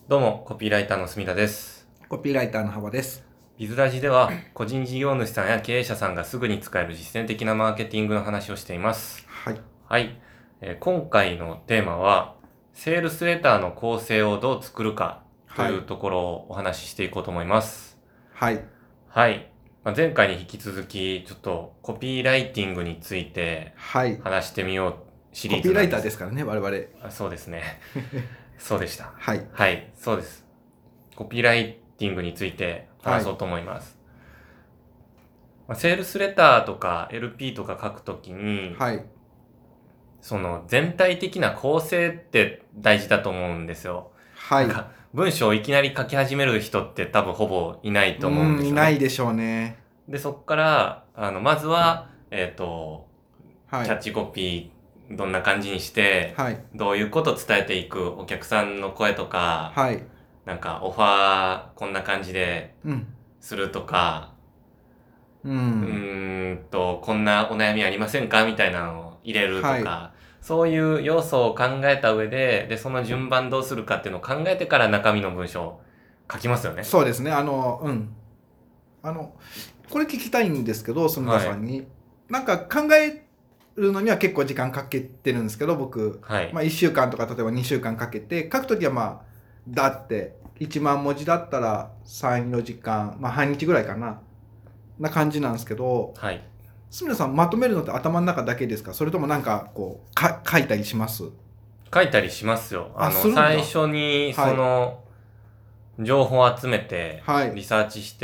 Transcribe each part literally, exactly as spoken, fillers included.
どうも、コピーライターの住田です。 コピーライターの幅です。 ビズラジでは、個人事業主さんや経営者さんがすぐに使える実践的なマーケティングの話をしています。 はい。 はい。えー今回のテーマは、セールスレターの構成をどう作るかとはい。 いうところをお話ししていこうと思います。 はい。 はい。まあ、前回に引き続き、ちょっとコピーライティングについてはい。 話してみようシリコピーライターズなんです。 ーですからね、我々。 あ、そうですね。そうでした。 はい。 はい、そうです。コピーライティングについてはい。 話そうと思います。まあ、セールスレターとか エルピー とか書くときに、 はい。 その全体的な構成って大事だと思うんですよ。 はい。 なんか文章をいきなり書き始める人って多分ほぼいないうと思うんーん、いですよね。 ないでしょうね。 で、そこから、あの、まずは、えっと、 はい。 キャッチコピーどんな感じにして、 はい。 どういうことを伝えていくお客さんの声とか、 はい。 なんかオファーこんな感じでうん。 するとか、 ううん。 ーんと、こんなお悩みありませんかみたいなのを入れるとはい。 か、そういう要素を考えた上で、で、その順番どうするかっていうのを考えてから中身の文章を書きますよね。 そうですね。あの、うん。あの、これ聞きたいんですけど、住田はい。 さんに。なんか考えるのには結構時間かけてるんですけど、僕。 はい。 まあ、いっしゅうかんとか、例えばにしゅうかんかけて、書くときはまあ、だって、いちまん文字だったらさん、よじかん、まあ、半日ぐらいかな。な感じなんですけど、 はい。 住田さんまとめるのって頭の中だけですか？それともなんかこうか書いたりします？ 書いたりしますよ。ああ、すの、 るんだ。 最初に、 はい。 その、情報を集めて、 はい。 リサーチして、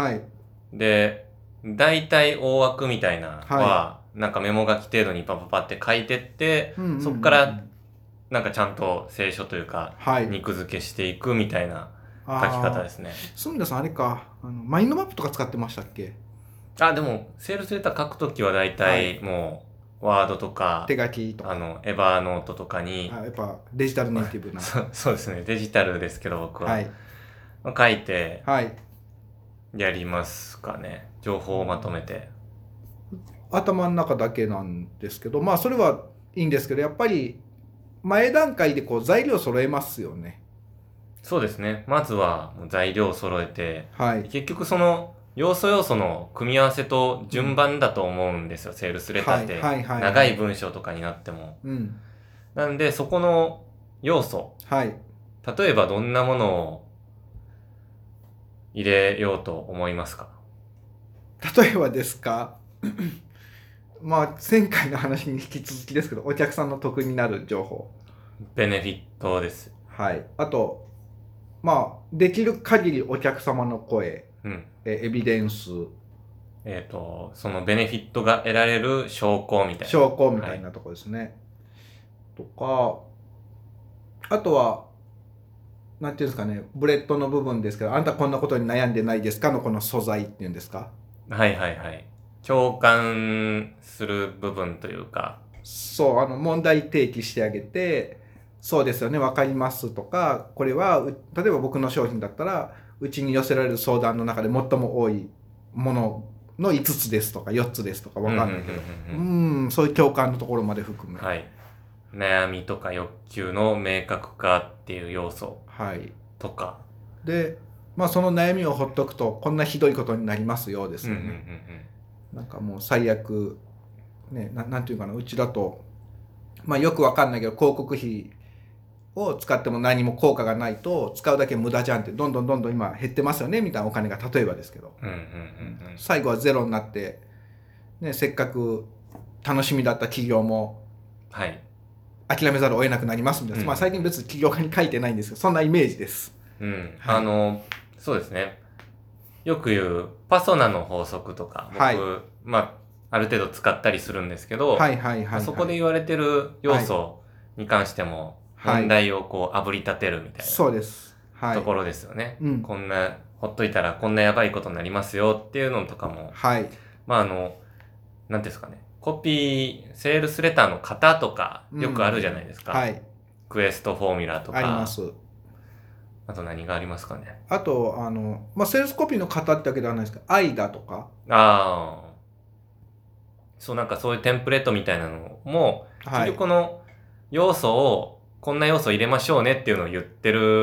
はい。 で、大体大枠みたいなはい。 は、なんかメモ書き程度にパパパって書いてって、 うんうんうんうそっからん。 なんかちゃんと聖書というか、 はい。 肉付けしていくみたいな書き方ああ、 ですね。 住田さんあれか、あのマインドマップとか使ってましたっけ？ あ、でも、セールスレター書くときは大はい。 体もう、ワードとか、 手書きとか。 あの、エバーノートとかあ、 に、 やっぱデジタルネイティブな。 そそうですね、デジタルですけど僕は、 はい。 書いてはい。 やりますかね。情報をまとめて。 頭の中だけなんですけど、まあそれはいいんですけど、やっぱり前段階でこう材料揃えますよね。 そうですね。まずはもう材料を揃えて、 はい。 結局その要素要素の組み合わせと順うん。 番だと思うんですよ、セールスレターって。 はいはいはいはい。 長い文章とかになっても。 うん。 なんで、そこの要素、 はい。 例えばどんなものを入れようと思いますか？ 例えばですか？まあ前回の話に引き続きですけど、お客さんの得になる情報。 ベネフィットです。 はい。あと、まあできる限りお客様の声、 うん。 えエビデンス、 えっと、そのベネフィットが得られる証拠みたいな。 証拠みはい。 たいなところですね。とか、あとは、なんていうんですかね、ブレッドの部分ですけど、あんたこんなことに悩んでないですかのこの素材っていうんですか。 はいはいはい。共感する部分というか、 そう、あの問題提起してあげて、そうですよね、わかりますとか、これはう例えば僕の商品だったら、うちに寄せられる相談の中で最も多いもののいつつですとかよっつですとかうん、うん、うん、 わかんないけど、ううん。 ーん、そういう共感のところまで含め。 はい。悩みとか欲求の明確化っていう要素はい。 とか。 で、まあその悩みをほっとくと、こんなひどいことになりますよでうん、うん、うん、 すよね。なんかもう最悪、ね、ななんていうかな、うちだと、まあよくわかんないけど、広告費を使っても何も効果がないと、使うだけ無駄じゃんって、どんどんどんどん今減ってますよね、みたいなお金が例えばですけど。 うん。うん、うん、うん、 うん、 うん。 最後はゼロになって、ね、せっかく楽しみだった企業もはい。 諦めざるを得なくなりますみたいな。 うん、うん、 まあ最近別に企業家に書いてないんですけど、そんなイメージです。 うん。うん。 はい。 あの、そうですね。よく言うパソナの法則とか、 はい。 僕、まあ、ある程度使ったりするんですけど、 はいはいまあ、 はいはい。 そこで言われてる要はい。 素に関しても、 はい。 問題をこう、炙り立てるみたいなそうです。はい。 ところですよね。 うん。 こんな、ほっといたらこんなやばいことになりますよっていうのとかも、 はい。 まあ、あの、なんていうんですかね。コピー、セールスレターの型とか、 うよくあるじゃないん。 ですか。 はい。 クエストフォーミュラとか、 あります。 あと何がありますかね。 あと、あの、まあ、セールスコピーの型ってわけではないですけど、愛だとか、 ああ、そう、なんかそういうテンプレートみたいなのも、結はい。 局この要素を、こんな要素入れましょうねっていうのを言ってる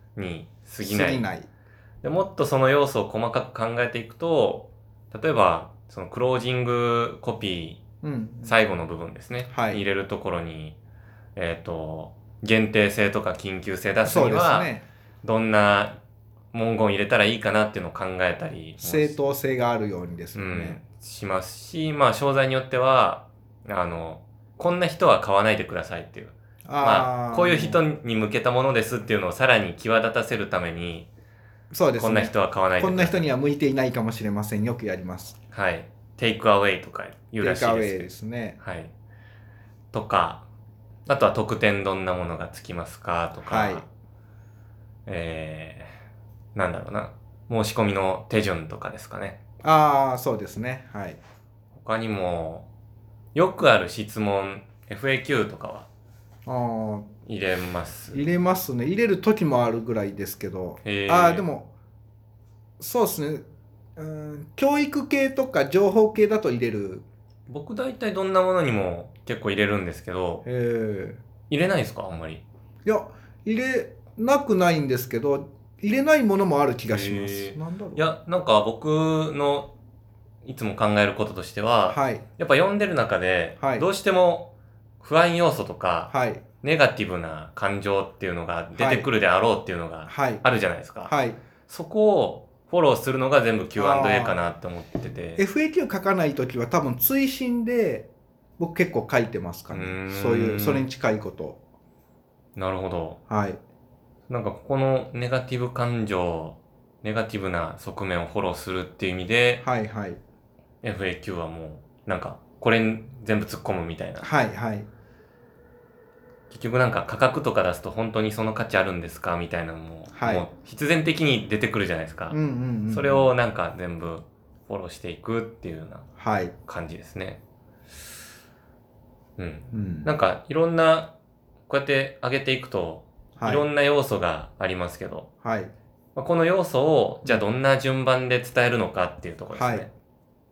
に過ぎない。 過ぎない。 でもっとその要素を細かく考えていくと、例えば、そのクロージングコピー、 うん、 最後の部分ですね。 はい、 入れるところに、えっと、限定性とか緊急性出すそうですには、 ね。 どんな文言入れたらいいかなっていうのを考えたりもし正当性があるようにですようんね。、 しますし、まあ、商材によっては、あの、こんな人は買わないでくださいっていう。まあ、 あこういう人に向けたものですっていうのをさらに際立たせるために、 そうですね。 こんな人は買わないでこんください。 な人には向いていないかもしれません。よくやります。 はい。テイクアウェイとか言うらしいテイクアウェイですけど。 ですね。 はい。とか、あとは特典どんなものがつきますかとか、 はい、 えー、なんだろうな。申し込みの手順とかですかね。 ああ、そうですね。はい。 他にも、よくある質問、エフエーキュー とかはあ入れます。 入れますね。入れる時もあるぐらいですけど。 へーああ、でも、そうですね。うん、教育系とか情報系だと入れる。 僕大体どんなものにも結構入れるんですけど、 え入れないですかあんまり。 ー、いや、入れなくないんですけど、入れないものもある気がします。 へーなんだろう。 いや、なんか僕のいつも考えることとしては、 はい。 やっぱ読んでる中では、いどうしても不安要素とか、 はい。 ネガティブな感情っていうのが出てくるであろうっていうのがはい。 あるじゃないですか。 はい。 そこをフォローするのが全部 キューアンドエーあーかなって思ってて。 エフエーキュー 書かないときは多分追伸で僕結構書いてますかね。 うーんそういう、それに近いこと。 なるほど。 はい。 なんかここのネガティブ感情、ネガティブな側面をフォローするっていう意味で、 はいはい。 エフエーキュー はもう、なんか、これに全部突っ込むみたいな。 はいはい。 結局なんか価格とか出すと本当にその価値あるんですかみたいなのも、 はいもう必然的に出てくるじゃないですか。 うんうんうんうん。 それをなんか全部フォローしていくっていうようなはい。 感じですね。うん。 うん。 なんかいろんな、こうやって上げていくと、 はいいろんな要素がありますけど、 はい。 まあこの要素をじゃあどんな順番で伝えるのかっていうところですね。 はい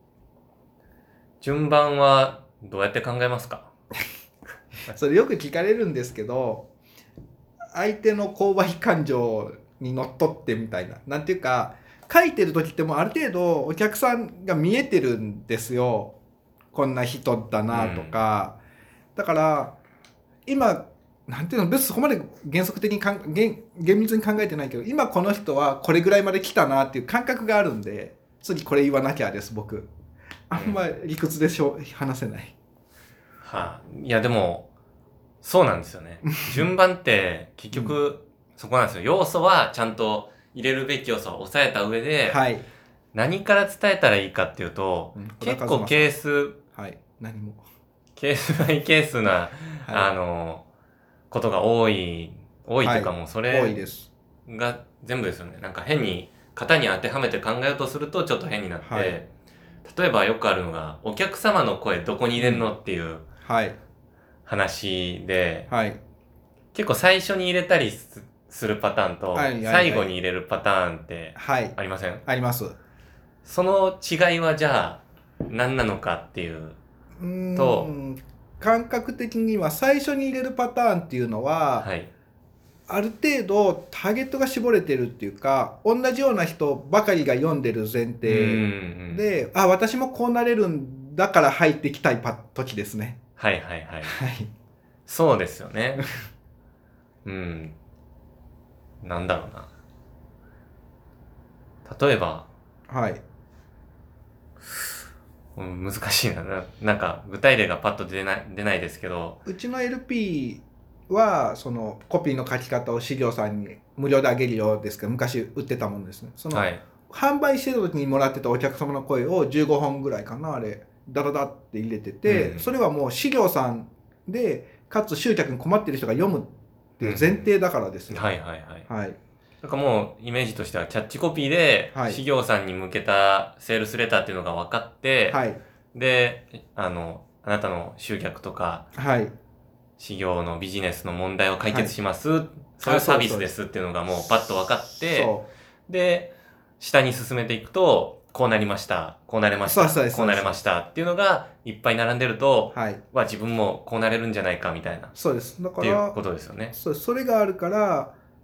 順番はどうやって考えますか？ それよく聞かれるんですけど、相手の購買感情にのっとってみたいな。なんていうか、書いてる時ってもうある程度お客さんが見えてるんですよ。こんな人だなとか。だから、今、なんていうの、別にそこまで原則的にかん厳厳密に考えてないけど、今この人はこれぐらいまで来たなっていう感覚があるんで、次これ言わなきゃです、僕。あんまり理屈でしょ話せない。 はあ、いやでも、そうなんですよね。順番って結局そこなんですよ。要素はちゃんと入れるべき要素を抑えた上で、 はい。 何から伝えたらいいかっていうと、 うん結構ケース、 はい。何も。 ケースバイケースな、 はいあの、ことが多い、多いっていうかはいもうそ多いれです。 が全部ですよね。なんか変に型に当てはめて考えようとするとちょっと変になって、 はい例えばよくあるのが、お客様の声どこに入れるのっていうはい。 話で、 はい。 結構最初に入れたりすするパターンと、 はいはいはい最後に入れるパターンってはい。 ありません？ あります。うその違いはじゃあ何なのかっていうーとん。感覚的には最初に入れるパターンっていうのは、 はいある程度ターゲットが絞れてるっていうか、同じような人ばかりが読んでる前うん提うんで、あ、私もこうなれるんだから入ってきたいパ時ですね。 はいはいはいはい。 そうですよねうんなんだろうな例えばはい。 うん難しいなななんか具体例がパッと出ない出ないですけどうちの エルピー は、そのコピーの書き方を資料さんに無料であげるよですけど、昔売ってたものですね。その、 はい販売してた時にもらってたお客様の声をじゅうごほんぐらいかな、あれ、ダダダって入れてて、 うん、 それはもう資料さんで、かつ集客に困ってる人が読むっていう前提だからですよ。 うん、はいはいはいはい。 なんかもうイメージとしてはキャッチコピーではい企業さんに向けたセールスレターっていうのが分かって、 はい。 で、あの、あなたの集客とか、 はい。 事業のビジネスの問題を解決します、 はいそういうサービスですっていうのがもうパッと分かって、 そで、下に進めていくと、こうなりました、こうなれました、 そうですこうなれましたっていうのがいっぱい並んでると、 う。はい。 は自分もこうなれるんじゃないかみたいな、っそうです。だかていうらこ、とですよね。 そうそれがあるから、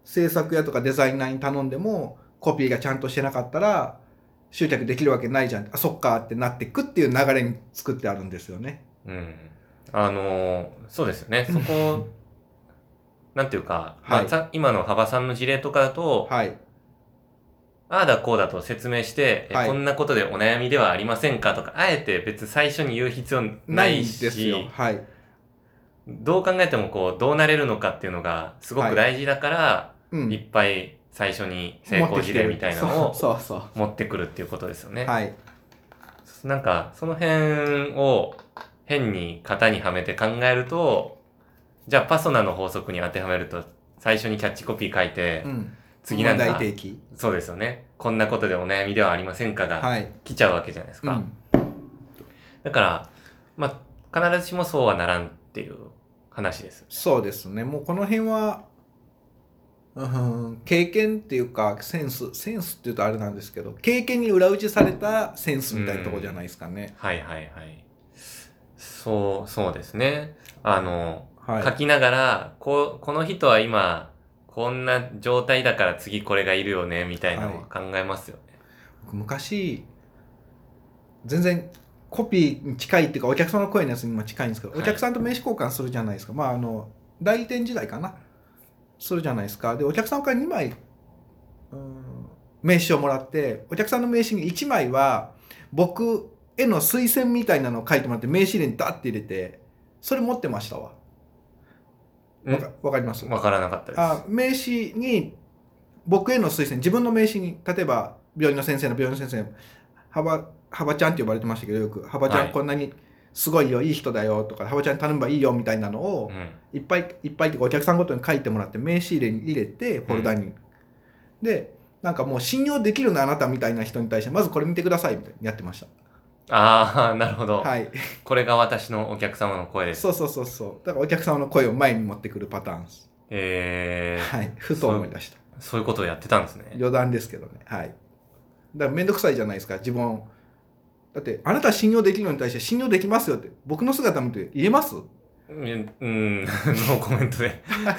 制作屋とかデザイナーに頼んでもコピーがちゃんとしてなかったら集客できるわけないじゃん、あそっかってなっていくっていう流れに作ってあるんですよね。 うん。あのーそうですよね。そこ、なんていうか、まはいあさ今の幅さんの事例とかだと、 はいああだこうだと説明して、えはいこんなことでお悩みではありませんかとか、あえて別に最初に言う必要なないんいですよ。 し、 はいどう考えてもこう、どうなれるのかっていうのがすごく大事だから、 うんいっぱい最初に成功事例みたいなのをそうそう持ってくるっていうことですよね。 そうはいなんか、その辺を変に型にはめて考えると、じゃあパソナの法則に当てはめると、最初にキャッチコピー書いて、 うん次なんか問題提起そうですよね。こんなことでお悩みではありませんかがはい来ちゃうわけじゃないですか。 うんだから、まあ、必ずしもそうはならんっていう話です。 そうですね。もうこの辺は、うん、経験っていうかセンスセンスっていうとあれなんですけど、経験に裏打ちされたセンスみたいなところじゃないですかね。 はいはいはい。そう、そうですね。あの、 はい書きながら、こう、この人は今、こんな状態だから次これがいるよね、みたいなのは考えますよね。 僕昔全然コピーに近いっていうかお客さんの声のやつにも近いんですけど、 はいお客さんと名刺交換するじゃないですか。まああの代理店時代かなするじゃないですか。でお客さんからにまい、うん、名刺をもらって、お客さんの名刺にいちまいは僕への推薦みたいなのを書いてもらって名刺入れにダッて入れて、それ持ってましたわ。わかわかりますわからなかったです。 あ名刺に僕への推薦、自分の名刺に例えば病院の先生の病院の先生幅幅ちゃんって呼ばれてましたけど、よく幅ちゃはいんこんなにすごいよいい人だよとか、幅ちゃんに頼めばいいよみたいなのをうん。 いっぱいいっぱいっていうかお客さんごとに書いてもらって名刺入れに入れてフォルダに、でなんかもう信用できるなあなたみたいな人に対してまずこれ見てくださいみたいにやってました。 ああ、なるほど。 はいこれが私のお客様の声です。 そうそうそうそうだからお客様の声を前に持ってくるパターンです。 えー、 はいふと思い出した。 そういうことをやってたんですね。 余談ですけどね。はい。だからめんどくさいじゃないですか、自分。だって、あなた信用できるのに対して信用できますよって、僕の姿見て言えますっうん、うんノーコメントで。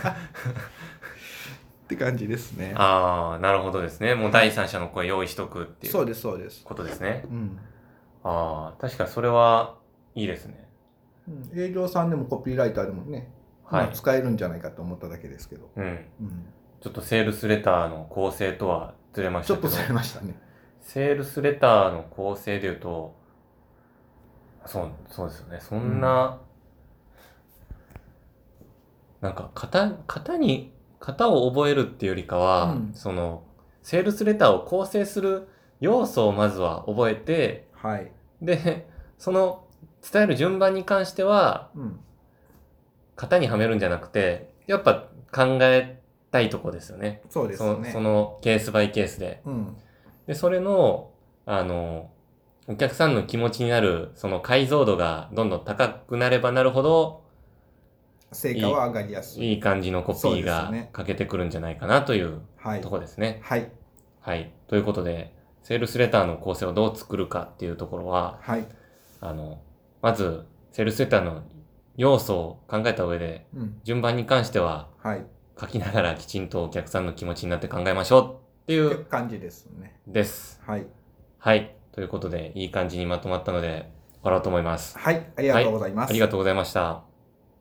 て感じですね。 ああ、なるほどですね。もう第三者の声用意しとくっていうそうです、そうです。 ことですね。 うん。 ああ、確かにそれはいいですね。 うん営業さんでもコピーライターでもね、 はいまあ使えるんじゃないかと思っただけですけど。 うん。 うん、 ちょっとセールスレターの構成とはずれましたけど。 ちょっとされましたね。 セールスレターの構成で言うと、そう、そうですよね。そんな、なんか型、型に、型を覚えるっていうよりかは、 うんその、セールスレターを構成する要素をまずは覚えて、 はい。 で、その伝える順番に関しては、 うん。 型にはめるんじゃなくて、やっぱ考えたいとこですよね。 そうですね。 そそのケースバイケースで。 うん。 で、それの、あの、お客さんの気持ちになる、その解像度がどんどん高くなればなるほど、 成果は上がりやすい。 いい感じのコピそうですーがね書けてくるんじゃないかなというはいと。こですね。 はい。 はい。ということで、セールスレターの構成をどう作るかっていうところは、 はい。 あの、まず、セールスレターの要素を考えた上で、 うん。 順番に関してははい。 書きながらきちんとお客さんの気持ちになって考えましょうっていってう感じですね。 です。 はい。 はい。ということで、いい感じにまとまったので、終わろうと思います。 はい。ありがとうございます。 ありがとうございました。